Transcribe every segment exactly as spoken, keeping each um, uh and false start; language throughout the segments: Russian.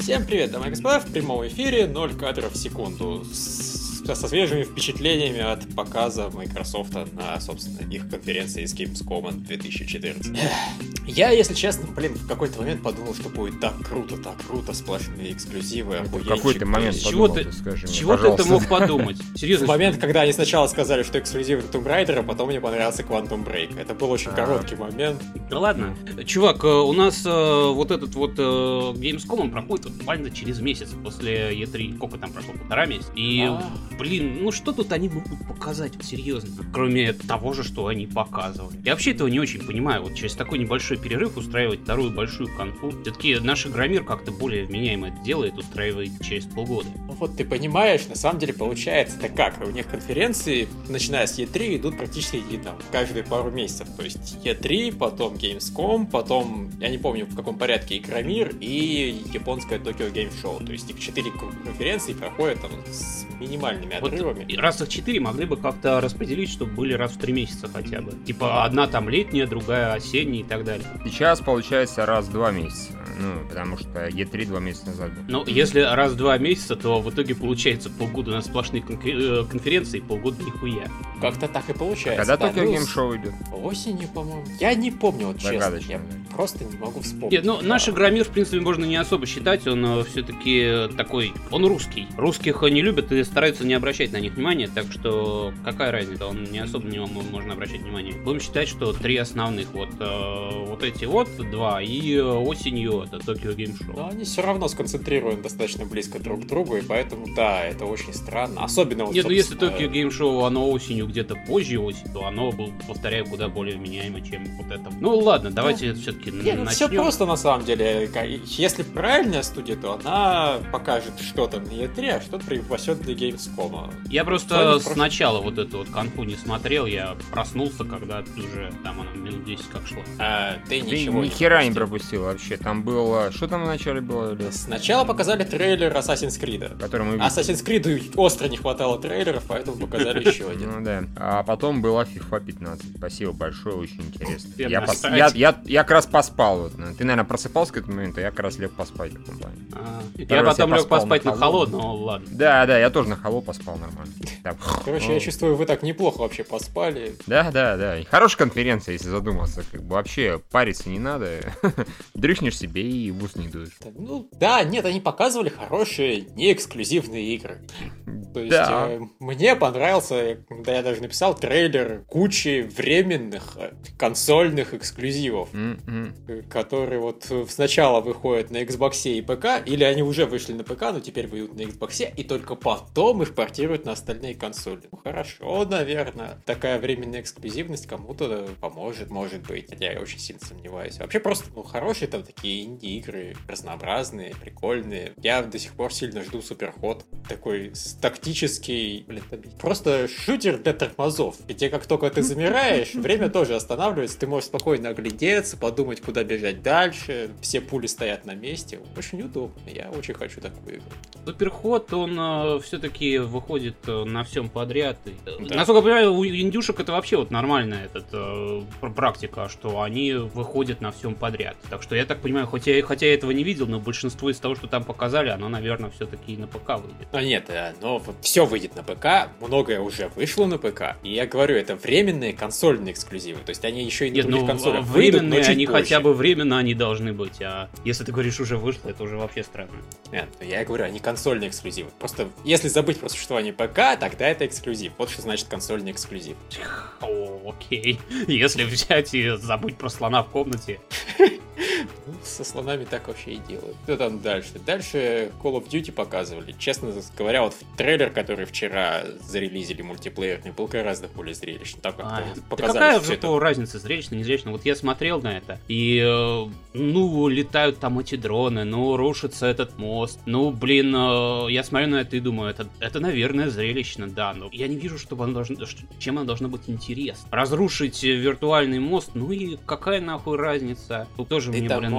Всем привет, дамы и господа, в прямом эфире ноль кадров в секунду с, со свежими впечатлениями от показа Microsoft на, собственно, их конференции с Gamescom две тысячи четырнадцать. Я, если честно, блин, в какой-то момент подумал, что будет так круто, так круто, сплошные эксклюзивы. В какой-то момент чего подумал, ты, ты скажи мне, чего ты мог подумать? Серьезно? В момент, когда они сначала сказали, что эксклюзивы Tomb Raider, а потом мне понравился Quantum Break. Это был очень короткий момент. Да ладно. Чувак, у нас э, вот этот вот э, Gamescom, он проходит вот буквально через месяц после и три. Сколько там прошло? Полтора месяца. И, А. блин, ну что тут они могут показать, вот, серьезно? Кроме того же, что они показывали. Я вообще этого не очень понимаю. Вот через такой небольшой перерыв устраивать вторую большую конфу. Все-таки наш Игромир как-то более вменяемо это делает, устраивает через полгода. Ну вот ты понимаешь, на самом деле получается-то как? У них конференции, начиная с и три, идут практически там, каждые пару месяцев. То есть и три, потом Gamescom, потом, я не помню в каком порядке, Игромир и японская Tokyo Game Show. То есть их четыре конференции проходят там с минимальными отрывами. Вот раз их четыре могли бы как-то распределить, чтобы были раз в три месяца хотя бы. Типа одна там летняя, другая осенняя и так далее. Сейчас получается раз в два месяца. Ну, потому что и три два месяца назад был. Ну, если раз в два месяца, то в итоге получается полгода на сплошные конфер- конференции, полгода нихуя. Как-то так и получается. Когда да, Tokyo ну, Game Show идет? Осенью, по-моему. Я не помню, вот честно. Загадочно, Я да. просто не могу вспомнить. Нет, ну, Да. наш Игромир, в принципе, можно не особо считать, он э, все-таки такой, он русский. Русских не любят и стараются не обращать на них внимания, так что какая разница, он не особо на него можно обращать внимание. Будем считать, что три основных, вот, э, вот эти вот два, и э, осенью это Tokyo Game Show. Но они все равно сконцентрированы достаточно близко друг к другу, и поэтому, да, это очень странно. Особенно вот, Нет, ну если собственно, Tokyo Game Show, оно осенью где-то позже осень, то оно, был, повторяю, куда более вменяемо, чем вот это. Ну ладно, давайте все-таки Не, ну, начнем. все просто на самом деле. Если правильная студия, то она покажет что-то на и три, а что-то припасет для Gamescom. Я просто Sony сначала вот эту вот конфу не смотрел, я проснулся, когда уже там она минут десять как шла. А, ты Ты ничего ни хера не пропустил вообще. Там было... Что там вначале было? Лес? Сначала показали трейлер Assassin's Creed. Который мы видели. Assassin's Creed остро не хватало трейлеров, поэтому показали еще один. Ну да. А потом была FIFA пятнадцать. Спасибо большое, очень интересно. Всем Я, пос- настать. я, я, я как раз поспал. Вот. Ты, наверное, просыпался к этому моменту, а я как раз лег поспать в этом плане. А, я Второй раз потом я лег поспал поспать на на холодном. холодно, но ладно. Да, да, я тоже на холо поспал нормально. Так. Короче, я чувствую, вы так неплохо вообще поспали. Да, да, да. И хорошая конференция, если задуматься. Как бы вообще париться не надо. Дрыхнешь себе и в ус не дуешь. Ну, да, нет, они показывали хорошие, не эксклюзивные игры. То есть, Да. э, мне понравился, да, я даже написал трейлер кучи временных э, консольных эксклюзивов, М-м. э, которые вот э, сначала выходят на Xbox и ПК, или они уже вышли на ПК, но теперь выйдут на Xbox, и только потом их портируют на остальные консоли. Ну, хорошо, наверное. Такая временная эксклюзивность кому-то поможет, может быть. Хотя я очень сильно сомневаюсь. Вообще просто, ну, хорошие там такие инди-игры, разнообразные, прикольные. Я до сих пор сильно жду Суперход. Такой с- тактический, блин, там просто шутер для тормозов. Где как только ты замираешь, время тоже останавливается, ты можешь спокойно оглядеться, подумать, куда бежать дальше. Все пули стоят на месте. Очень удобно. Я очень хочу такую игру. Суперход, он э, все-таки выходит э, на всем подряд. И, э, Да. Насколько я понимаю, у индюшек это вообще вот нормальная этот, э, пр- практика, что они выходят на всем подряд. Так что я так понимаю, хотя, я- хотя я этого не видел, но большинство из того, что там показали, оно, наверное, все-таки и на ПК выйдет. А нет, э, но все выйдет на ПК, многое уже вышло на ПК. И я говорю, это временные консольные эксклюзивы. То есть они еще и на Нет, других ну консолях выйдут, но временные, чуть они позже. хотя бы временно они должны быть, а если ты говоришь уже вышло, это уже вообще странно. Нет, ну я говорю, они консольные эксклюзивы. Просто если забыть про существование ПК, тогда это эксклюзив. Вот что значит консольный эксклюзив. О, окей. Если взять и забыть про слона в комнате. Ну, со слонами так вообще и делают. Что там дальше? Дальше Call of Duty показывали. Честно говоря, вот трейлер, который вчера зарелизили мультиплеерный, был гораздо более зрелищный. Так как А, вот да показали какая всё же это. разница, зрелищно, незрелищно? Вот я смотрел на это, и, э, ну, летают там эти дроны, ну, рушится этот мост, ну, блин, э, я смотрю на это и думаю, это, это, наверное, зрелищно, да, но я не вижу, чтобы оно должно, ш- чем оно должно быть интересно. Разрушить э, виртуальный мост, ну и какая нахуй разница? Тут тоже Ты мне, там блин,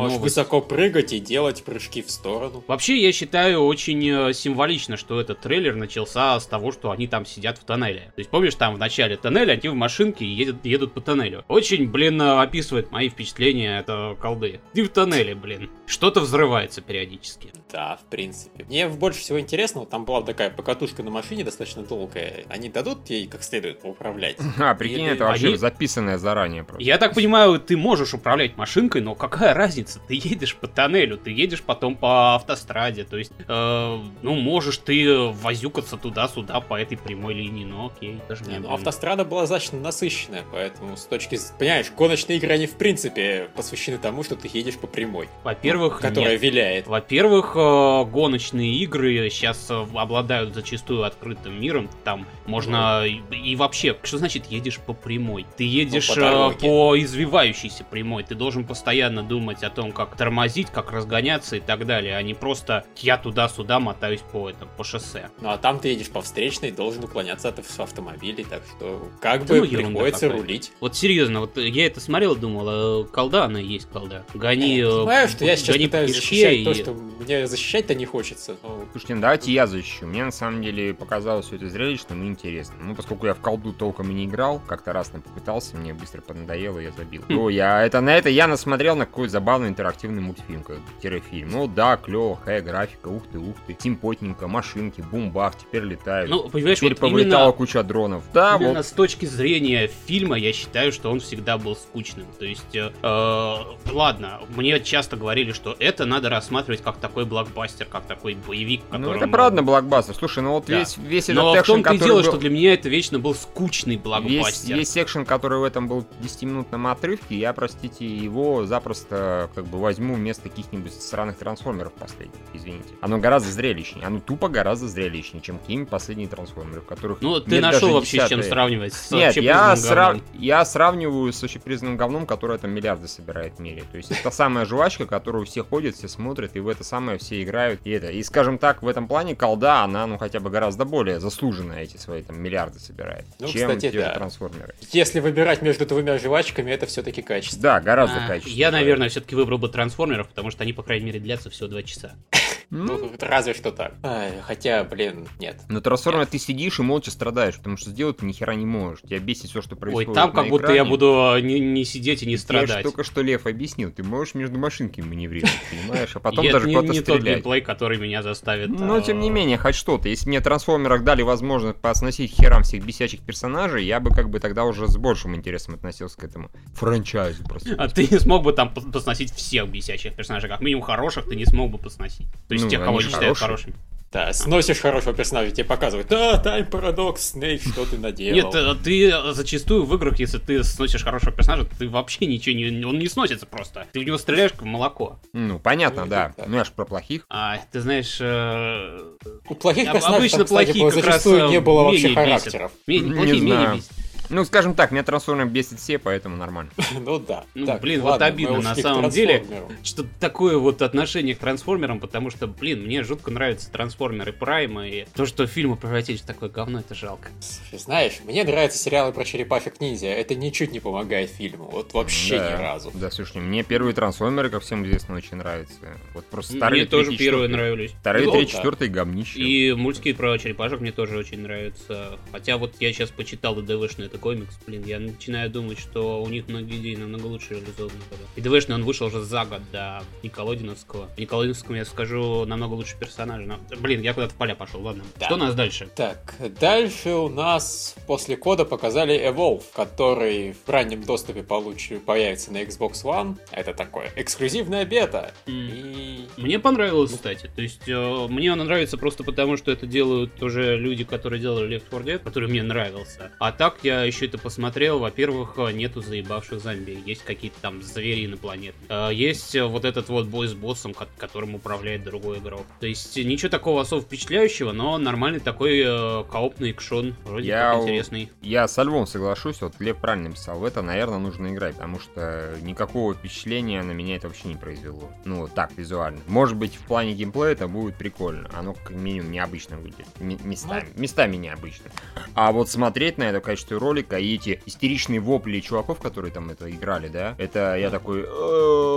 можешь новость. высоко прыгать и делать прыжки в сторону. Вообще, я считаю очень э, символично, что этот трейлер начался с того, что они там сидят в тоннеле. То есть, помнишь, там в начале тоннеля они в машинке едут, едут по тоннелю. Очень, блин, э, описывает мои впечатления это колды. Ты в тоннеле, блин. Что-то взрывается периодически. Да, в принципе. Мне больше всего интересно, вот там была такая покатушка на машине достаточно долгая. Они дадут ей как следует управлять? А, прикинь, Или это вообще они- записанное заранее просто. Я так понимаю, ты можешь управлять машинкой, но какая разница? Ты едешь по тоннелю, ты едешь потом по автостраде, то есть, э, ну, можешь ты возюкаться туда-сюда по этой прямой линии, но окей, даже Не, не ну, блин. автострада была достаточно насыщенная, поэтому с точки... с- Понимаешь, гоночные игры, они в принципе посвящены тому, что ты едешь по прямой, Во-первых, которая нет. виляет. Во-первых, э, гоночные игры сейчас э, обладают зачастую открытым миром. Там можно и, и вообще, что значит едешь по прямой? Ты едешь Ну, по э, дороге. по извивающейся прямой. Ты должен постоянно думать о том, как тормозить, как разгоняться и так далее, а не просто я туда-сюда мотаюсь по этому, по шоссе. Ну а там ты едешь по встречной, должен уклоняться от ав- автомобилей, так что как Да бы ну, ерунда приходится какая-то. рулить. Вот серьезно, вот я это смотрел, думал, э, колда она и есть колда. Гони, Я э, понимаю, что я сейчас гони по пытаюсь кишке защищать и- то, что мне защищать-то не хочется. но- Слушайте, ну давайте я защищу. Мне на самом деле показалось все это зрелищным и интересным. Ну, поскольку я в колду толком и не играл, как-то раз на попытался, мне быстро поднадоело, я забил. Хм. Ну, я это на это я насмотрел на какой-то забавный интерактивный мультфильм, как фильм. Ну да, клево, хэ, графика, ух ты, ух ты, симпотненько, машинки, бум-бах, теперь летают. Ну, понимаешь, Теперь вот повылетала именно- куча дронов. Да, Именно вот. с точки зрения фильма я считаю, что он всегда был скучным. То есть, э, э, ладно, мне часто говорили, что это надо рассматривать как такой блокбастер, как такой боевик, в Ну, котором... это правда блокбастер. Слушай, ну вот Да. весь, весь этот Но в экшен, том-то и который дело, был- что для меня это вечно был скучный Весь, блокбастер. весь экшен, который в этом был в десятиминутном отрывке, я, простите, его запросто как бы возьму вместо каких-нибудь сраных трансформеров последних, извините. Оно гораздо зрелищнее, оно тупо гораздо зрелищнее, чем какие-нибудь последние трансформеры, в которых Ну, ты нет нашел даже вообще с чем десятой. сравнивать? С Нет, я, общепризнанным срав- говном. я сравниваю с общепризнанным говном, которое там миллиарды собирает в мире. То есть это самая жвачка, которую все ходят, все смотрят, и в это самое все играют. И это. И скажем так, в этом плане колда, она, ну, хотя бы гораздо более заслуженно эти свои там миллиарды собирает, Ну, чем кстати, те же да. трансформеры. Если выбирать между двумя жвачками, это все-таки качество. Да, гораздо А, качественнее. Я, наверное, все-таки выбрал бы трансформеров, потому что они, по крайней мере, длятся всего два часа. Ну, разве что так. Ай, хотя, блин, нет. Но трансформер ты сидишь и молча страдаешь, потому что сделать ты ни хера не можешь. Тебя бесит все, что Ой, происходит там на как будто я экране. буду не, не сидеть и не Я же страдать. только что Лев объяснил, ты можешь между машинками маневрировать, понимаешь? А потом И это даже не, куда-то не тот стрелять. геймплей, который меня заставит... Но, а, тем не менее, хоть что-то. Если мне в трансформерах дали возможность посносить херам всех бесячих персонажей, я бы как бы тогда уже с большим интересом относился к этому франчайзу просто. А ты не смог бы там пос- посносить всех бесячих персонажей, как минимум хороших ты не смог бы посносить. То есть Ну, тех, они кого же не считают хорошие. хорошими. Да, сносишь хорошего персонажа, тебе показывают, да, тайм парадокс, Снейк, что ты наделал? Нет, э, ты зачастую в играх, если ты сносишь хорошего персонажа, ты вообще ничего не... Он не сносится просто. Ты в него стреляешь как в молоко. Ну, понятно, Ну, да. это так. Ну, я ж про плохих. А, ты знаешь... э, У плохих об- персонажей обычно там, кстати, плохие как раз зачастую э, не было вообще менее бесят. характеров. Ме- Не Плохие менее знаю. бесят. Ну, скажем так, меня трансформер бесит все, поэтому нормально. Ну да. Ну, Так, блин, ладно, вот обидно мы на ушли к самом деле, трансформеру. что такое вот отношение к трансформерам, потому что, блин, мне жутко нравятся трансформеры Прайма, и то, что фильмы превратились в такое говно, это жалко. Слушай, знаешь, мне нравятся сериалы про черепашек-ниндзя, это ничуть не помогает фильму, вот вообще да. ни разу. Да, слушай, мне первые трансформеры, как всем известно, очень нравятся. Вот просто старые Мне тоже третий, первые четвертый. нравились. Вторые, Ну, третий, да. четвертый говнище. И мультики про черепашек мне тоже очень нравятся. Хотя вот я сейчас почитал и ДВшный это комикс, блин, я начинаю думать, что у них многие идеи намного лучше реализованы. были. И ДВшный он вышел уже за год до Николодиновского. В Николодиновском, я скажу, намного лучше персонажа. Но, блин, я куда-то в поля пошел, ладно. Да. Что у нас дальше? Так, дальше у нас после кода показали Evolve, который в раннем доступе получ... появится на Xbox One. Это такое эксклюзивная бета. М. И... Мне понравилось, кстати. То есть, э, мне он нравится просто потому, что это делают уже люди, которые делали Left фор Dead, который мне нравился. А так я еще это посмотрел. Во-первых, э, нету заебавших зомби. Есть какие-то там звери инопланетные. Э, есть э, вот этот вот бой с боссом, ко- которым управляет другой игрок. То есть, э, ничего такого особо впечатляющего, но нормальный такой э, коопный экшон. Вроде Я как у- интересный. Я со Львом соглашусь, вот Лев правильно написал, в это, наверное, нужно играть, потому что никакого впечатления на меня это вообще не произвело. Ну, вот так, визуально. Может быть, в плане геймплея это будет прикольно, оно как минимум необычно выглядит, М- местами, местами необычно. А вот смотреть на это в качестве ролика и эти истеричные вопли чуваков, которые там это играли, да, это я такой...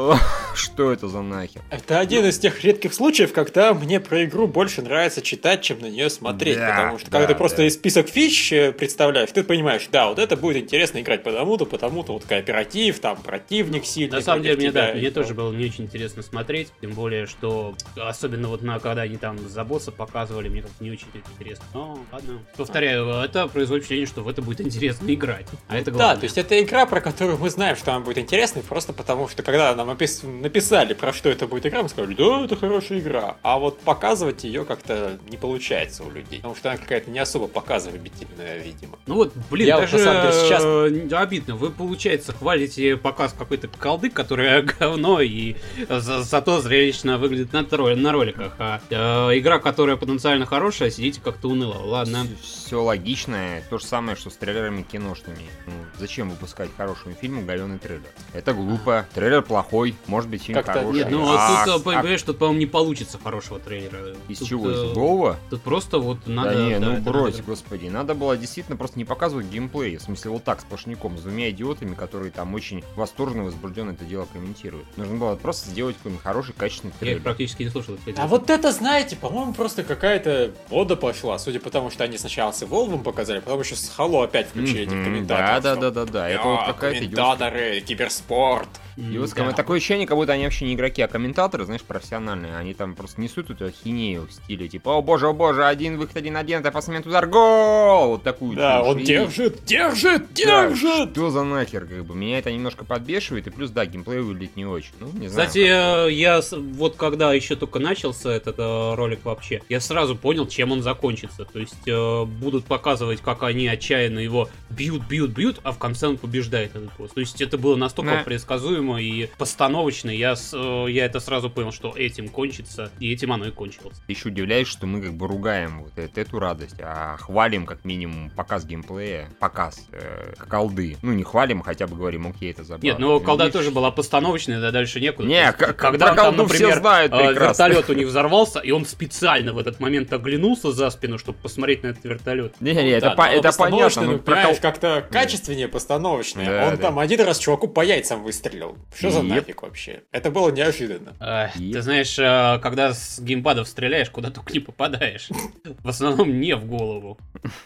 Что это за нахер? Это один из тех редких случаев, когда мне про игру больше нравится читать, чем на нее смотреть. Да, потому что да, когда ты просто да. из список фич представляешь, ты понимаешь, да, вот это будет интересно играть потому-то, потому-то, вот кооператив, там противник сильный. На самом деле, мне, тебя, да, мне то... тоже было не очень интересно смотреть, тем более, что особенно вот на когда они там за босса показывали, мне как-то не очень интересно. Но ладно. Повторяю, это производит впечатление, что в это будет интересно играть. А это главное. Да, то есть это игра, про которую мы знаем, что она будет интересной, просто потому что когда нам опис... написали, про что это будет игра, мы сказали, да, это хорошая игра. А вот показывать ее как-то не получается у людей, потому что она какая-то не особо показывабельная, видимо. Ну вот, блин, Я даже вот, на самом деле, сейчас... э, обидно. Вы, получается, хвалите показ какой-то колды, которая говно и за, зато зрелищно выглядит на, тролль, на роликах. А э, игра, которая потенциально хорошая, сидите как-то уныло. Ладно. Все логичное, то же самое, что с трейлерами киношными. Ну, зачем выпускать хорошему фильму говёный трейлер? Это глупо. Трейлер плохой, может быть фильм Как-то хороший. Нет, ну а, тут, а, понимаешь, тут, по-моему, не получится хорошего трейлера. Из Тут, чего? э, Из голого? Тут просто вот надо... Да не, ну это брось, надо- господи. Надо было действительно просто не показывать геймплей. В смысле, вот так, сплошняком, с двумя идиотами, которые там очень восторженно, возбужденно это дело комментируют. Нужно было просто сделать какой-нибудь хороший, качественный Я трейлер. их практически не слушал. кстати. А вот это, знаете, по-моему, просто какая-то мода пошла, судя по тому, что они сначала с Evolve показали, потом еще с Halo опять включили этих Мгм, комментаторов. да, что, да, да, да, да. Это вот «Я, какая-то комментаторы, киберспорт. М, идиотская. да. Такое ощущение, как будто они вообще не игроки, а комментаторы, знаешь, профессиональные. Они там просто несут эту ахинею в стиле, типа, о боже, о боже, один выход, один один, это посмеет удар, гол! Вот такую Да, чушь. он И- держит, держит, Да, держит! что за нахер, как бы, меня это немножко подбешивает, и плюс, да, геймплей выглядит не очень. Ну, не знаю. Кстати, как-то. э, я с- вот когда еще только начался этот э, ролик вообще, я сразу понял, чем он закончится. То есть э, будут показывать, как они отчаянно его бьют, бьют, бьют, а в конце он побеждает этот босс. То есть это было настолько Да. предсказуемо и постановочно, я, с- э, я это сразу понял, что этим кончится, и этим оно и кончилось. Еще удивляюсь, что мы как бы ругаем вот эту, эту радость, а хвалим как минимум показ геймплея, показ э, колды. Ну, не хвалим, хотя бы говорим, окей, это забавно. Нет, ну колда Видишь? тоже была постановочная, да дальше некуда. Не, То есть, к- про колду все знают э, прекрасно. вертолет у них взорвался, и он специально в этот момент оглянулся за спину, чтобы посмотреть на этот вертолет. Не, не, это, Да, по- но это понятно. постановочное, но ну, про понимаешь, кол- как-то качественнее постановочное. Да, Он да. там один раз чуваку по яйцам выстрелил. Что за Еп. нафиг вообще? Это было неожиданно. Эх, Еп. ты знаешь, э, когда с геймпадов стреляешь, куда только не попадаешь. В основном не в голову.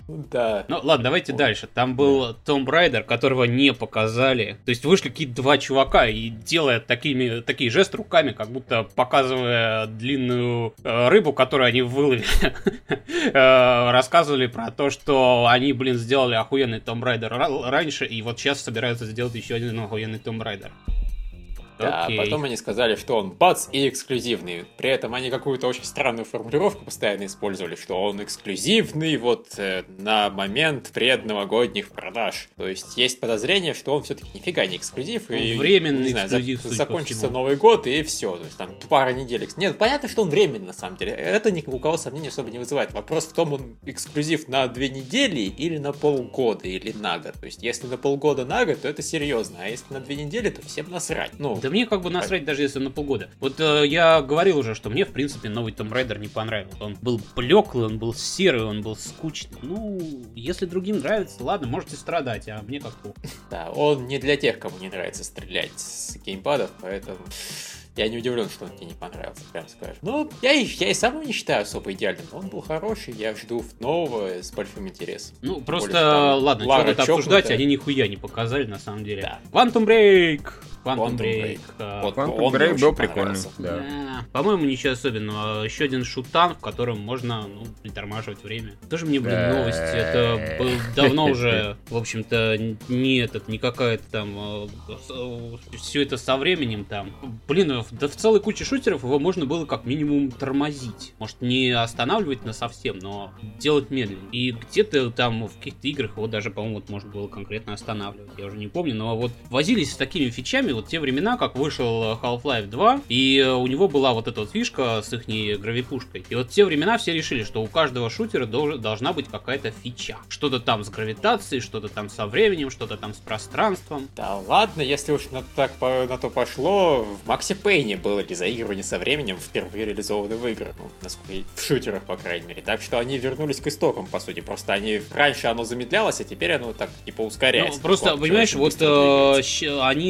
Да. Ну ладно, давайте дальше. Там был Tomb Raider, которого не показали. То есть вышли какие-то два чувака и делая такими, такие жесты руками, как будто показывая длинную э, рыбу, которую они выловили, э, рассказывали про то, что они, блин, сделали охуенный Tomb Raider ра- раньше, и вот сейчас собираются сделать еще один охуенный Tomb Raider. Да, Окей. потом они сказали, что он бац и эксклюзивный. При этом они какую-то очень странную формулировку постоянно использовали, что он эксклюзивный вот э, на момент предновогодних продаж. То есть есть подозрение, что он все-таки нифига не эксклюзив. И, Временный не знаю, эксклюзив, за- судя по закончится всему. Новый год и все. То есть там пара недель. Нет, понятно, что он временный на самом деле. Это ни у кого сомнений особо не вызывает. Вопрос в том, он эксклюзив на две недели или на полгода или на год. То есть если на полгода на год, то это серьезно. А если на две недели, то всем насрать. Ну, Да мне как бы насрать, даже если на полгода. Вот э, я говорил уже, что мне, в принципе, новый Tomb Raider не понравился. Он был блеклый, он был серый, он был скучный. Ну, если другим нравится, ладно, можете страдать, а мне как похуй. да, он не для тех, кому не нравится стрелять с геймпадов, поэтому я не удивлен, что он тебе не понравился, прям скажем. Ну, я и, я и сам его не считаю особо идеальным, но он был хороший, я жду нового с большим интересом. Ну, Тем просто, более, что там ладно, Лара что тут обсуждать, чокнутая. они нихуя не показали, на самом деле. Да. Quantum Break! Quantum Quantum Break. Break. а, Вот, Quantum он мне Break очень был прикольный, понравился. да. Да, по-моему, ничего особенного. Еще один шутан, в котором можно, ну, притормаживать время. Тоже мне, блин, Да. новости. Это был давно уже, в общем-то, не этот, не какая-то там... Все это со временем там. Блин, да в целой куче шутеров его можно было как минимум тормозить. Может, не останавливать на совсем, но делать медленно. И где-то там в каких-то играх его даже, по-моему, вот можно было конкретно останавливать. Я уже не помню, но вот возились с такими фичами вот те времена, как вышел Half-Life два, и у него была вот эта вот фишка с их гравипушкой. И вот в те времена все решили, что у каждого шутера дол- должна быть какая-то фича. Что-то там с гравитацией, что-то там со временем, что-то там с пространством. Да ладно, если уж на, так, по- на то пошло, в Максе Пейне было ли заигрывание со временем впервые реализованы в играх, ну, насколько я- в шутерах, по крайней мере. Так что они вернулись к истокам, по сути. Просто они раньше оно замедлялось, а теперь оно так типа ускоряется. Ну, просто, Вот, понимаешь, очень вот быстро э, двигается. щ- они, да, у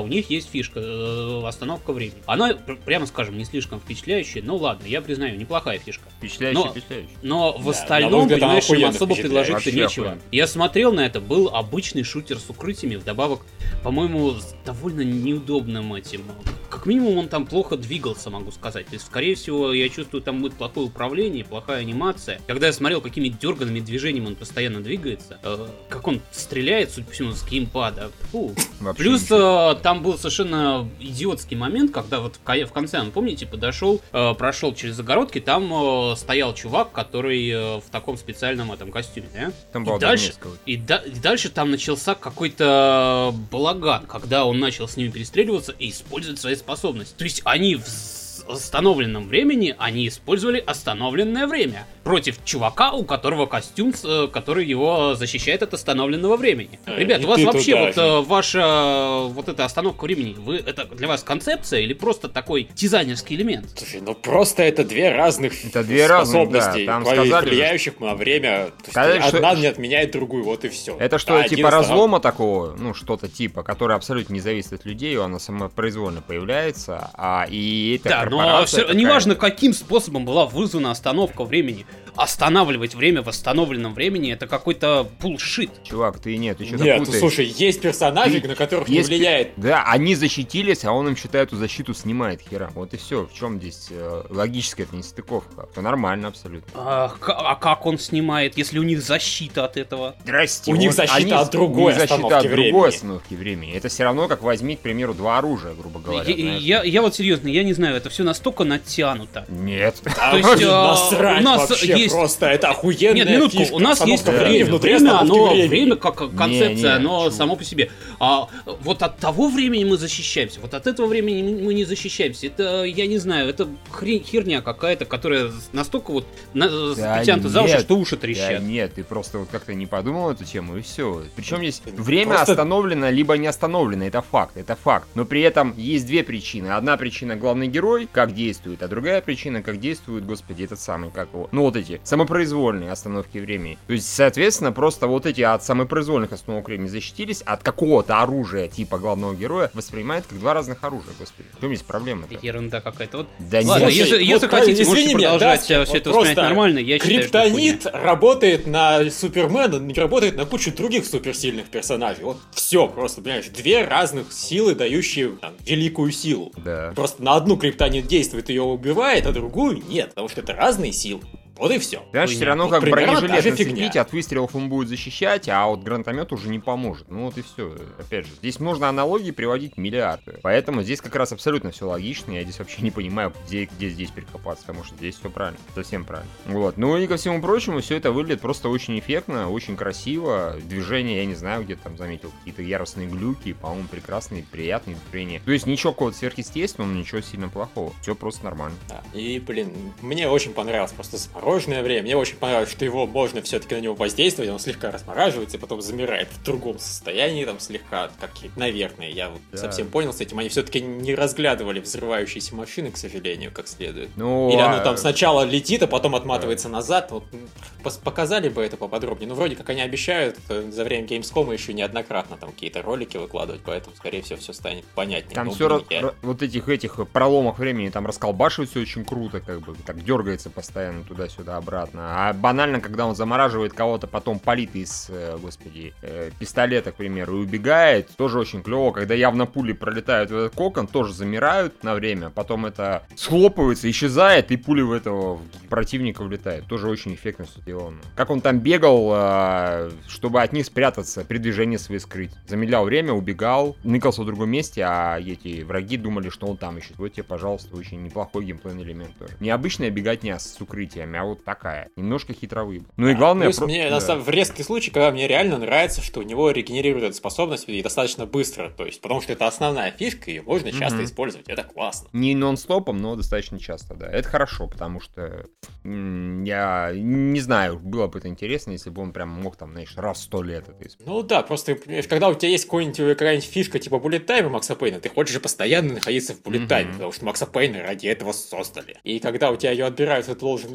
у них есть фишка, э, остановка времени. Она, прямо скажем, не слишком впечатляющая, но ладно, я признаю, неплохая фишка. Впечатляющая, но, впечатляющая. Но в да, остальном, взгляд, понимаешь, им особо впечатляет. предложить-то Вообще нечего. охуенно. Я смотрел на это, был обычный шутер с укрытиями, вдобавок, по-моему, с довольно неудобным этим. Как минимум, он там плохо двигался, могу сказать. То есть, скорее всего, я чувствую, там будет плохое управление, плохая анимация. Когда я смотрел, какими дерганными движениями он постоянно двигается, э, как он стреляет, судя по всему, с геймпада. Фу. Плюс э, там был совершенно идиотский момент, когда вот в, в конце, он, помните, подошел, э, прошел через загородки, там э, стоял чувак, который э, в таком специальном этом костюме, да? Там была и, дальше, несколько. и, да, и дальше там начался какой-то балаган, когда он начал с ними перестреливаться и использовать свои способности. То есть они в остановленном времени, они использовали остановленное время против чувака, у которого костюм, который его защищает от остановленного времени. А, Ребят, и у вас ты вообще туда вот же. э, ваша вот эта остановка времени, вы это для вас концепция или просто такой дизайнерский элемент? Слушай, ну просто это две разных Это две разных, да, способности, там вли- сказали, влияющих на время. То есть Сказали, что- одна не отменяет другую, вот и все. Это что, типа разлома такого, ну, что-то типа, которое абсолютно не зависит от людей, оно самопроизвольно появляется, а и это Да, но корпорация все, какая-то. неважно, каким способом была вызвана остановка времени. Останавливать время в остановленном времени — это какой-то пулшит. Чувак, ты нет, ты что-то Нет, ну, путаешь. слушай, есть персонажи, Ты- на которых Есть не влияет. пи- Да, они защитились, а он им, считает, эту защиту снимает хера. Вот и все. В чем здесь э, логическая эта нестыковка? Это нормально абсолютно. А, к- а как он снимает, если у них защита от этого? Здрасте. У них вот защита они- от другой у них защита остановки от другой времени. остановки времени. Это все равно, как возьми, к примеру, два оружия, грубо говоря. я, знаешь. я, я вот серьезно, я не знаю, это все настолько натянуто. Нет. Да, То есть, а, насрать у нас вообще есть- просто, это охуенная Нет, минутку, фишка. у нас есть Остановка времени время, внутри время, остановки оно, времени. время как концепция, Не, не, оно чего? само по себе. А вот от того времени мы защищаемся, вот от этого времени мы не защищаемся. Это, я не знаю, это хрень, херня какая-то, которая настолько вот на, Да притянута за уши, нет, что уши Да трещат. нет, ты просто вот как-то не подумал эту тему, и все. Причем здесь время Просто- остановлено, либо не остановлено, это факт, это факт. Но при этом есть две причины. Одна причина — главный герой, как действует, а другая причина — как действует, господи, этот самый, как его, ну вот эти, самопроизвольные остановки времени. То есть, соответственно, просто вот эти от самопроизвольных остановок времени защитились, от какого-то оружия типа главного героя воспринимают как два разных оружия, господи. В чем здесь проблема-то? Ерунда какая-то. Вот. Да Ладно, нет. если, Слушай, если вот хотите, извини можете меня, продолжать да, все вот это просто воспринять нормально. Я считаю, что Криптонит хуйня. работает на Супермена, не работает на кучу других суперсильных персонажей. Вот все просто, понимаешь, две разных силы, дающие там, великую силу. Да. Просто на одну криптонит действует, ее убивает, а другую нет, потому что это разные силы. Вот и все. Понимаешь, все равно Вот как примерно та бронежилет же нацепить, фигня. от выстрелов он будет защищать, а вот гранатомет уже не поможет. Ну вот и все. Опять же, здесь нужно аналогии приводить миллиарды. Поэтому здесь как раз абсолютно все логично. Я здесь вообще не понимаю, где, где здесь перекопаться, потому что здесь все правильно. Совсем правильно. Вот. Ну и ко всему прочему, все это выглядит просто очень эффектно, очень красиво. Движения, я не знаю, где там заметил какие-то яростные глюки, по-моему, прекрасные, приятные движения. То есть ничего какого-то сверхъестественного, ничего сильно плохого. Все просто нормально. Да. И, блин, мне очень понравилось просто замороженное время. Мне очень понравилось, что его можно все-таки на него воздействовать, он слегка размораживается и потом замирает в другом состоянии, там слегка, как, наверное, я вот Да. совсем понял с этим. Они все-таки не разглядывали взрывающиеся машины, к сожалению, как следует. Ну, Или оно а- там сначала летит, а потом отматывается назад. Вот, м, пос- показали бы это поподробнее. Ну, вроде как они обещают э, за время Gamescom еще неоднократно там какие-то ролики выкладывать, поэтому, скорее всего, все станет понятнее. Там Ну, все блин, я- вот этих этих проломах времени там расколбашивают все очень круто, как бы так дергается постоянно туда-сюда обратно. А банально, когда он замораживает кого-то, потом палит из, э, господи, э, пистолета, к примеру, и убегает, тоже очень клево. Когда явно пули пролетают в этот кокон, тоже замирают на время, потом это схлопывается, исчезает, и пули в этого противника влетает. Тоже очень эффектно сделано. Как он там бегал, э, чтобы от них спрятаться, передвижение свои скрыть. Замедлял время, убегал, ныкался в другом месте, а эти враги думали, что он там ищет. Вот тебе, пожалуйста, очень неплохой геймплейный элемент тоже. Необычная беготня с укрытиями, а вот такая. Немножко хитровый. Ну и главное... Плюс про- мне, да. на самом- в резкий случай, когда мне реально нравится, что у него регенерирует эта способность и достаточно быстро. То есть, потому что это основная фишка, ее можно часто Мгм. использовать. Это классно. Не нон-стопом, но достаточно часто, да. Это хорошо, потому что м, я не знаю, было бы это интересно, если бы он прям мог там, знаешь, раз в сто лет это использовать. Ну да, просто, понимаешь, когда у тебя есть какой-нибудь, какая-нибудь фишка типа Bullet Time Макса Пейна, ты хочешь же постоянно находиться в Bullet Time, Мгм. потому что Макса Пейна ради этого создали. И когда у тебя ее отбирают, ты должен в него просто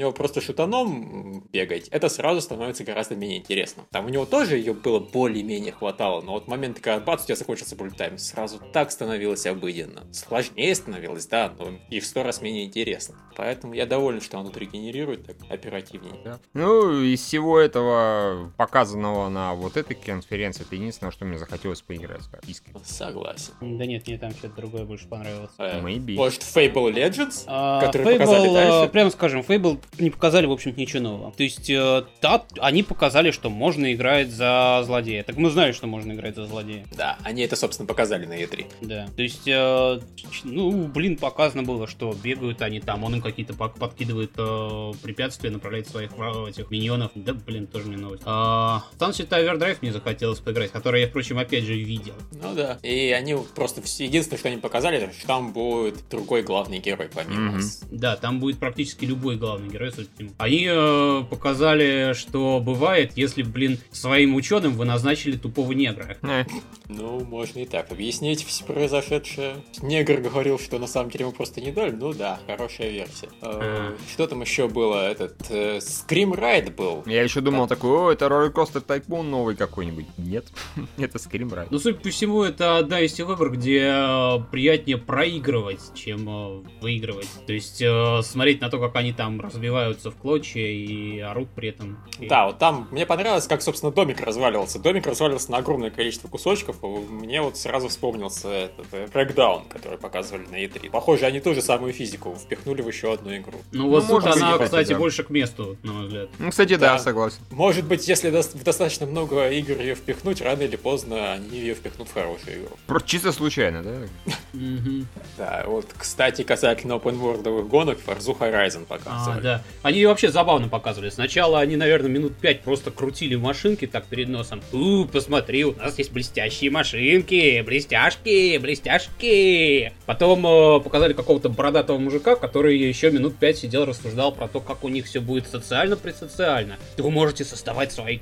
шутаном бегать, это сразу становится гораздо менее интересно. Там у него тоже ее было более-менее хватало, но вот момент, когда бац, у тебя закончился буллет-тайм, сразу так становилось обыденно. Сложнее становилось, да, но и в сто раз менее интересно. Поэтому я доволен, что он тут регенерирует так оперативнее. Да. Ну, из всего этого показанного на вот этой конференции, это единственное, что мне захотелось поиграть. Искренне. Согласен. Да нет, мне там что-то другое больше понравилось. Maybe. Может, Fable Legends, А, который Fable, показали дальше? прямо скажем, Fable не показали, в общем-то, ничего нового. То есть, э, да, они показали, что можно играть за злодея. Так мы знали, что можно играть за злодея. Да, они это, собственно, показали на и три. Да. То есть, э, ну, блин, показано было, что бегают они там, он им какие-то подкидывает э, препятствия, направляет своих э, этих миньонов. Да, блин, тоже мне новость. А, Sunset Overdrive мне захотелось поиграть, который я, впрочем, опять же видел. Ну да. И они просто все... Единственное, что они показали, что там будет другой главный герой помимо. Mm-hmm. Да, там будет практически любой главный герой. Они э, показали, что бывает, если, блин, своим ученым вы назначили тупого негра. Э. Ну, можно и так объяснить все произошедшее. Негр говорил, что на самом деле ему просто не дали. Ну да, хорошая версия. А. Что там еще было? Этот э, Scream Ride был. Я еще думал такой, о, это Rollercoaster Tycoon новый какой-нибудь. Нет, это Scream Ride. Ну, судя по всему, это одна из тех игр, где э, приятнее проигрывать, чем э, выигрывать. То есть э, смотреть на то, как они там разбиваются в клочья и орут при этом. Да, вот там мне понравилось, как, собственно, домик разваливался. Домик разваливался на огромное количество кусочков. Мне вот сразу вспомнился этот э, Crackdown, который показывали на и три. Похоже, они ту же самую физику впихнули в еще одну игру. Ну, вот Ну, тут может она, быть, кстати, да. больше к месту, на мой взгляд. Ну, кстати, да, Да. согласен. Может быть, если до- в достаточно много игр ее впихнуть, рано или поздно они ее впихнут в хорошую игру. Просто чисто случайно, да? Мгм. Да, вот, кстати, касательно open-world'овых гонок, Forza Horizon А, показывали. да. Они ее вообще забавно показывали. Сначала они, наверное, минут пять просто крутили машинки так перед носом. У, посмотри, у нас есть блестящие машинки, блестяшки, блестяшки. Потом э, показали какого-то бородатого мужика, который еще минут пять сидел, рассуждал про то, как у них все будет социально-пресоциально. Вы можете создавать свои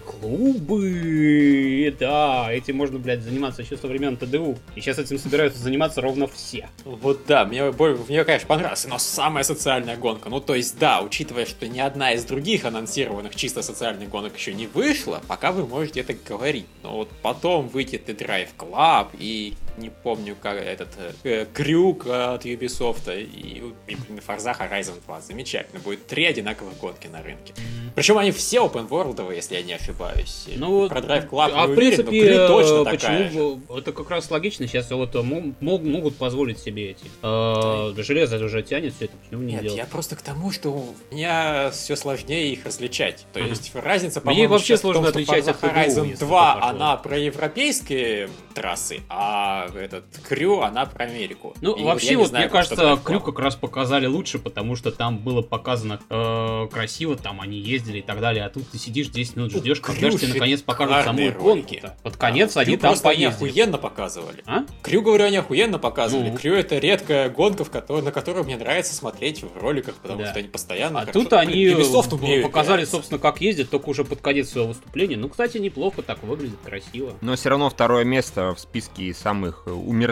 клубы. Да, этим можно, блядь, заниматься еще со времен тэ дэ у. И сейчас этим собираются заниматься ровно все. Вот да, мне, бо- мне, конечно, понравилось, но самая социальная гонка. Ну, то есть, да, учитывая, что ни одна из других анонсированных чисто социальных гонок еще не вышла, пока вы можете это говорить. Но вот потом выйдет и Drive Club, и не помню, как этот э, Крюк от Ubisoft, и, и блин, Forza Horizon два. Замечательно. Будет три одинаковых гонки на рынке. Причем они все open-world'овые, если я не ошибаюсь. Ну, Про Drive Club а не в уверен, но принципе, Крюк точно э, такая же. почему бы- это как раз логично. Сейчас вот э, мо- мог- могут позволить себе эти. Э, железо уже тянет все это, почему не Нет, делать? я просто к тому, что у меня все сложнее их различать. То Мгм. есть разница, Мне по-моему, их вообще сейчас в том, сложно что отличать Forza от тэ дэ у, Horizon если два, пошло. она про европейские трассы, а этот Крю, она про Америку. Ну, И вообще, я не вот, знаю, мне как что кажется, Drive Club. Крю как раз показали лучше, потому что там было показано э, красиво, там они ездили и так далее, а тут ты сидишь десять минут ждешь, Ну, когда же Крю тебе наконец покажут саму шикарные гонку. ролики. Под конец Да, они Крю там просто они поездили. охуенно показывали. А? Крю, говорю, они охуенно показывали. Ну. Крю — это редкая гонка, в которой, на которую мне нравится смотреть в роликах, потому Да. что они постоянно А хорошо- тут они Блин, Ubisoft умеют показали, делать. собственно, как ездят, только уже под конец своего выступления. Ну, кстати, неплохо, так выглядит красиво. Но все равно второе место в списке самых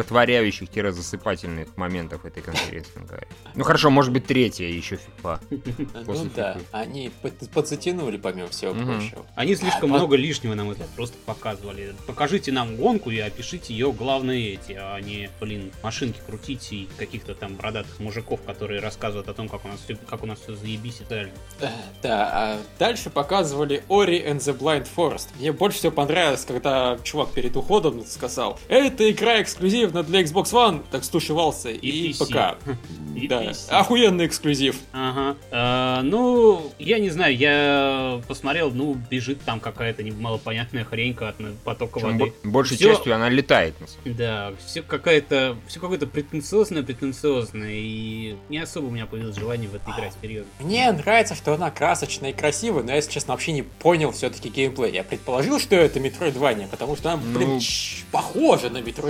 умиротворяющих-засыпательных моментов этой конференции. наверное. Ну хорошо, может быть третье еще FIFA. после Ну да, FIFA. они под- подзатянули, помимо всего Мгм. прочего. Они слишком А, много лишнего, на мой взгляд, просто показывали. Покажите нам гонку и опишите ее главные эти, а не, блин, машинки крутить и каких-то там бородатых мужиков, которые рассказывают о том, как у нас все, как у нас все заебись и так далее. Э, Да, а дальше показывали Ori and the Blind Forest. Мне больше всего понравилось, когда чувак перед уходом сказал: "Эта игра эксклюзивна для Xbox One", так стушевался, и, И пи си. ПК. И Да, пи си. охуенный эксклюзив. Ага. А, ну, я не знаю, я посмотрел, ну, бежит там какая-то малопонятная хренька от на- потока Причем воды. бо- большей Всё- частью она летает. на самом деле. Да, все какая-то, все какое-то претенциозное, претенциозное, и не особо у меня появилось желание в это играть, серьезно. Мне нравится, что она красочная и красивая, но я, если честно, вообще не понял все-таки геймплей. Я предположил, что это Metroidvania, потому что она, блин, Ну. ч- похожа на Metroidvania.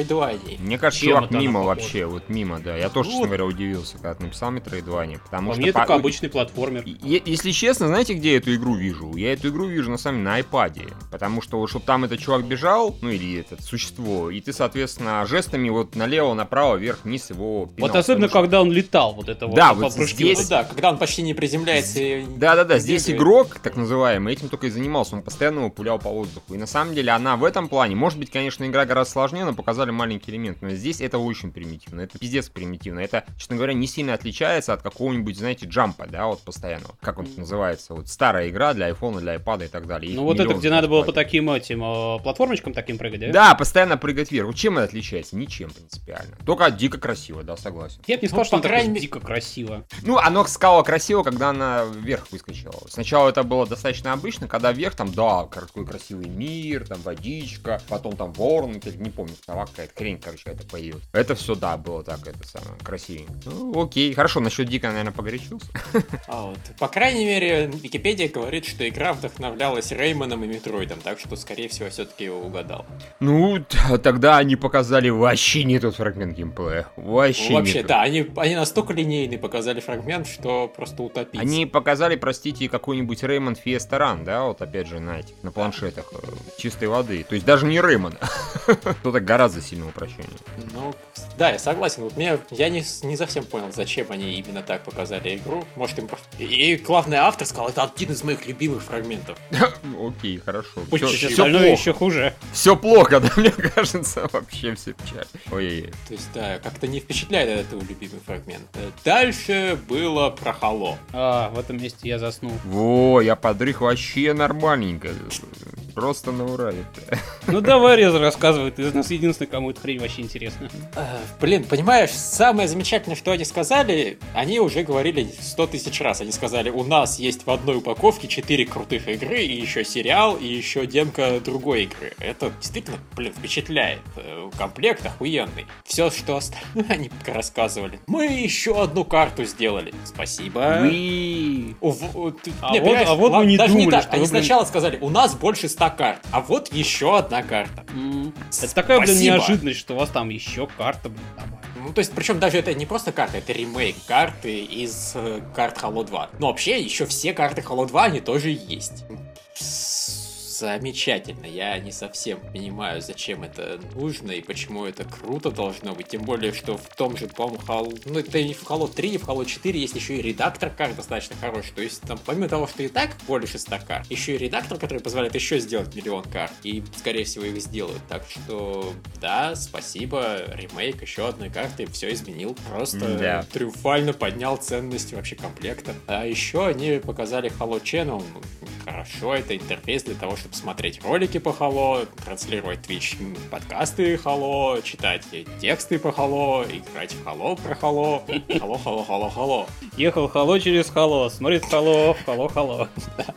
Метроидвании. Мне кажется, Чем чувак это мимо оно вообще, вот мимо, да. Я тоже, Ну, честно говоря, удивился, когда ты написал Метроидвания, потому По что... мне по- только обычный платформер. Е- Если честно, знаете, где я эту игру вижу? Я эту игру вижу, на самом деле, на iPad. Потому что, вот, чтобы там этот чувак бежал, ну, или это существо, и ты, соответственно, жестами вот налево, направо, вверх, вниз его пинал. Вот особенно, Потому что- когда он летал, вот это Да, вот вот по прыжке. здесь- Ну да, когда он почти не приземляется и... Да-да-да, здесь бегает. игрок, так называемый, этим только и занимался, он постоянно его пулял по воздуху. И на самом деле она в этом плане, может быть, конечно, игра гораздо сложнее, но показали маленький элемент, но здесь это очень примитивно, это пиздец примитивно, это, честно говоря, не сильно отличается от какого-нибудь, знаете, джампа, да, вот постоянного, как он называется, вот старая игра для айфона, для айпада и так далее. Их Ну вот это, миллион где надо было по бесплатно. таким этим э, платформочкам таким прыгать, да? Да, постоянно прыгать вверх. Вот чем это отличается? Ничем принципиально. Только дико красиво, да, согласен. Я бы не Ну, сказал, что по она так крайней уж мере- дико красиво. Ну, оно стало красиво, когда она вверх выскочила. Сначала это было достаточно обычно, когда вверх там, да, такой красивый мир, там водичка, потом там ворон, не помню, сова какая-то хрень, короче, это появилась. Это все, да, было так, это самое, красивенько. Ну, окей, хорошо, насчет дико, наверное, погорячился. А вот, по крайней мере, Википедия говорит, что игра вдохновлялась Реймоном и Метроидом, так что, скорее всего, все-таки его угадал. Ну, т- тогда они показали вообще не тот фрагмент геймплея. Вообще Ну, вообще, не тот. да, они, они настолько линейный показали фрагмент, что просто утопить. Они показали, простите, какой-нибудь Rayman Fiesta Run, да, вот опять же на этих, на планшетах, э, чистой воды. То есть даже не Rayman. Кто-то гораздо сильное упрощение. Ну, да, я согласен. Вот мне, я не, с- не совсем понял, зачем они именно так показали игру. Может, им просто... И, и главный автор сказал, это один из моих любимых фрагментов. Окей, хорошо. Почему? Все, Остальное плохо. еще хуже. Все плохо, да, мне кажется, вообще все печаль. Ой-ой-ой. То есть, да, как-то не впечатляет этот его любимый фрагмент. Э, Дальше было про Halo. А, в этом месте я заснул. Во, я подрых вообще нормальненько. Просто на ура. это. Ну давай, Реза, рассказывай, ты из нас единственный, кому эта хрень вообще интересна. Э, Блин, понимаешь, самое замечательное, что они сказали, они уже говорили сто тысяч раз. Они сказали, у нас есть в одной упаковке четыре крутых игры, и еще сериал, и еще демка другой игры. Это действительно, блин, впечатляет. Э, Комплект охуенный. Все, что остальное они рассказывали. Мы еще одну карту сделали. Спасибо. Уи. У- у- ты- А не, вот- понимаешь, а вот ладно, мы не даже думали, так. что Они вы, блин- сначала сказали, у нас больше ста карт, а вот еще одна карта. М, Это такая, блин, Спасибо. неожиданность, что у вас там еще карта, блин, добавили. Ну, то есть, причем даже это не просто карта, это ремейк карты из э, карт Halo два. Но вообще, еще все карты Halo два, они тоже есть. Замечательно. Я не совсем понимаю, зачем это нужно и почему это круто должно быть. Тем более, что в том же, по-моему, Halo... Ну, это и в Halo три, и в Halo четыре есть еще и редактор карт достаточно хороший. То есть, там, помимо того, что и так больше ста карт, еще и редактор, который позволяет еще сделать миллион карт. И, скорее всего, их сделают. Так что, да, спасибо. Ремейк еще одной карты все изменил. Просто Да. триумфально поднял ценность вообще комплекта. А еще они показали Halo Channel. Ну, хорошо, это интерфейс для того, чтобы смотреть ролики по Halo, транслировать Twitch подкасты Halo, читать тексты по Halo, играть в Halo про Halo. Halo, Halo, Halo, Halo. Ехал Хало через Хало, смотрит Хало, Хало, Хало.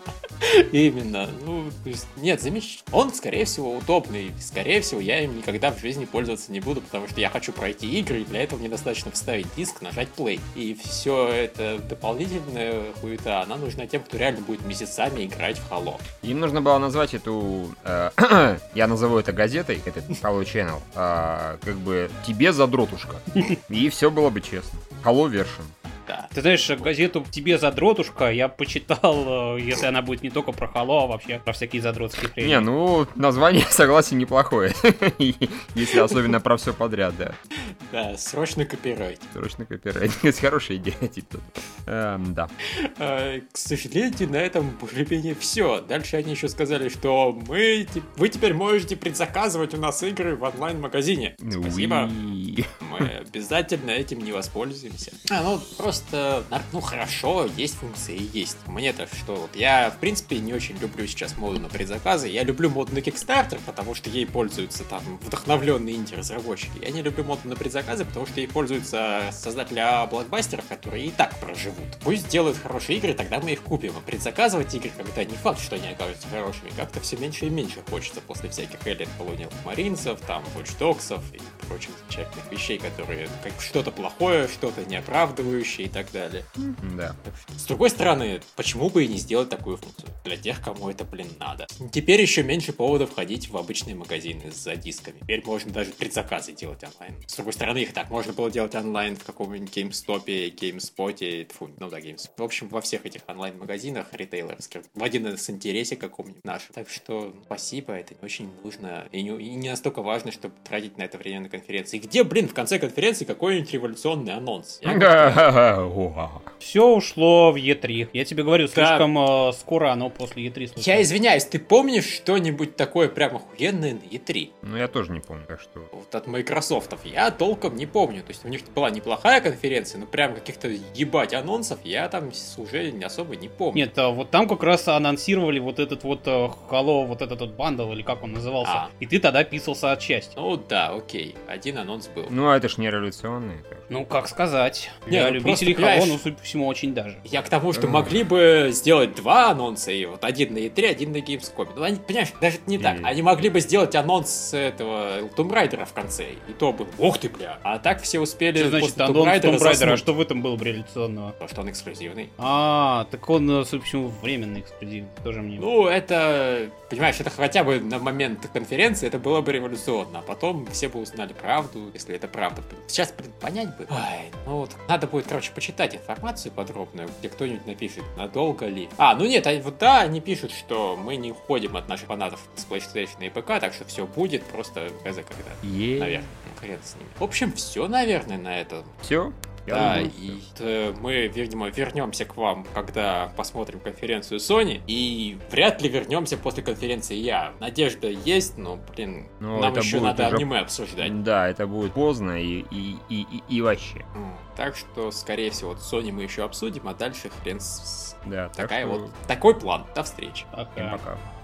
Именно. Ну, то есть, нет, замечательно. Он, скорее всего, удобный. Скорее всего, я им никогда в жизни пользоваться не буду, потому что я хочу пройти игры, и для этого мне достаточно вставить диск, нажать play. И все это дополнительная хуета, она нужна тем, кто реально будет месяцами играть в Halo. Им нужно было назвать эту, э, я назову это газетой, этот Halo Channel, э, как бы тебе задротушка. И все было бы честно. Halo Version. Да. Ты знаешь, газету «Тебе задротушка» я почитал, э, если она будет не только про Хало, а вообще про всякие задротские хрени. Не, ну, название, согласен, неплохое. Если особенно про все подряд, да. Да, срочно копирайт. Срочно копирайт. Это хорошая идея, типа. Эм, Да. А, к сожалению, на этом более-менее все. Дальше они еще сказали, что мы, те- вы теперь можете предзаказывать у нас игры в онлайн-магазине. Спасибо. Уи. Мы обязательно этим не воспользуемся. А, ну, просто, на- ну, хорошо, есть функции и есть. Мне-то что, вот я, в принципе, не очень люблю сейчас моду на предзаказы. Я люблю моду на Kickstarter, потому что ей пользуются там вдохновленные инди-разработчики. Я не люблю моду на предзаказы, потому что ей пользуются создатели блокбастеров, которые и так проживут. Пусть делают хорошие игры, тогда мы их купим. А предзаказывать игры, когда не факт, что они окажутся хорошими, как-то все меньше и меньше хочется после всяких Alien Colonial Marines'ов, там, Watch Dogs'ов и прочих замечательных вещей, которые как что-то плохое, что-то неоправдывающее и так далее. Да. С другой стороны, почему бы и не сделать такую функцию? Для тех, кому это, блин, надо. Теперь еще меньше поводов ходить в обычные магазины за дисками. Теперь можно даже предзаказы делать онлайн. С другой стороны, их так можно было делать онлайн в каком-нибудь GameStop, GameSpot, фу, ну да, GameSpot. В общем, во всех этих онлайн-магазинах ритейлерских. В один из интересе каком-нибудь нашем. Так что спасибо, это не очень нужно. И не, и не настолько важно, чтобы тратить на это время на конференции. Где, блин, в конце конференции какой-нибудь революционный анонс? Все ушло в и три. Я тебе говорю, слишком да. э, скоро оно после и три случилось. Я извиняюсь, ты помнишь что-нибудь такое прям охуенное на и три? Ну, я тоже не помню, так что... Вот от Microsoft я толком не помню. То есть у них была неплохая конференция, но прям каких-то ебать анонсов я там уже не особо не помню. Нет, вот там как раз анонсировали вот этот вот Halo, вот этот вот бандл, или как он назывался. А. И ты тогда писался от счастья. Ну да, окей. Один анонс был. Ну, а это ж не революционный. Так. Ну, как сказать. Не, Для ну, любителей Halo, ну, судя по всему, очень даже. Я к тому, что могли бы сделать два анонса, и вот один на и три, один на Gamescom. Ну, они, понимаешь, даже не так. И... Они могли бы сделать анонс этого Tomb Raider в конце, и то был, ух ты, бля. А так все успели что значит после анонс Tomb Raider, Tomb Raider, а что в этом было революционного? То, что он эксклюзивный. А, так он, судя по всему, временный эксклюзив. Тоже мне... Ну, это, понимаешь, это хотя бы на момент конференции это было бы революционно, а потом все бы узнали правду, если это правда. Сейчас, блин, понять бы. Ой, ну вот, надо будет, короче, почитать информацию подробную, где кто-нибудь напишет, надолго ли. А, ну нет, они, вот да, они пишут, что мы не уходим от наших фанатов с PlayStation и ПК, так что все будет, просто хз когда. Yeah. Наверное, хрен с ними. В общем, все, наверное, на этом. Все? Я да, думаю, и э, мы, видимо, вернемся к вам, когда посмотрим конференцию Sony, и вряд ли вернемся после конференции я. Надежда есть, но, блин, но нам еще надо уже... аниме обсуждать. Да, это будет поздно и, и, и, и, и вообще. Mm. Так что, скорее всего, Sony мы еще обсудим, а дальше хрен с... Да, Такая так что... вот, такой план. До встречи. Пока. Всем пока.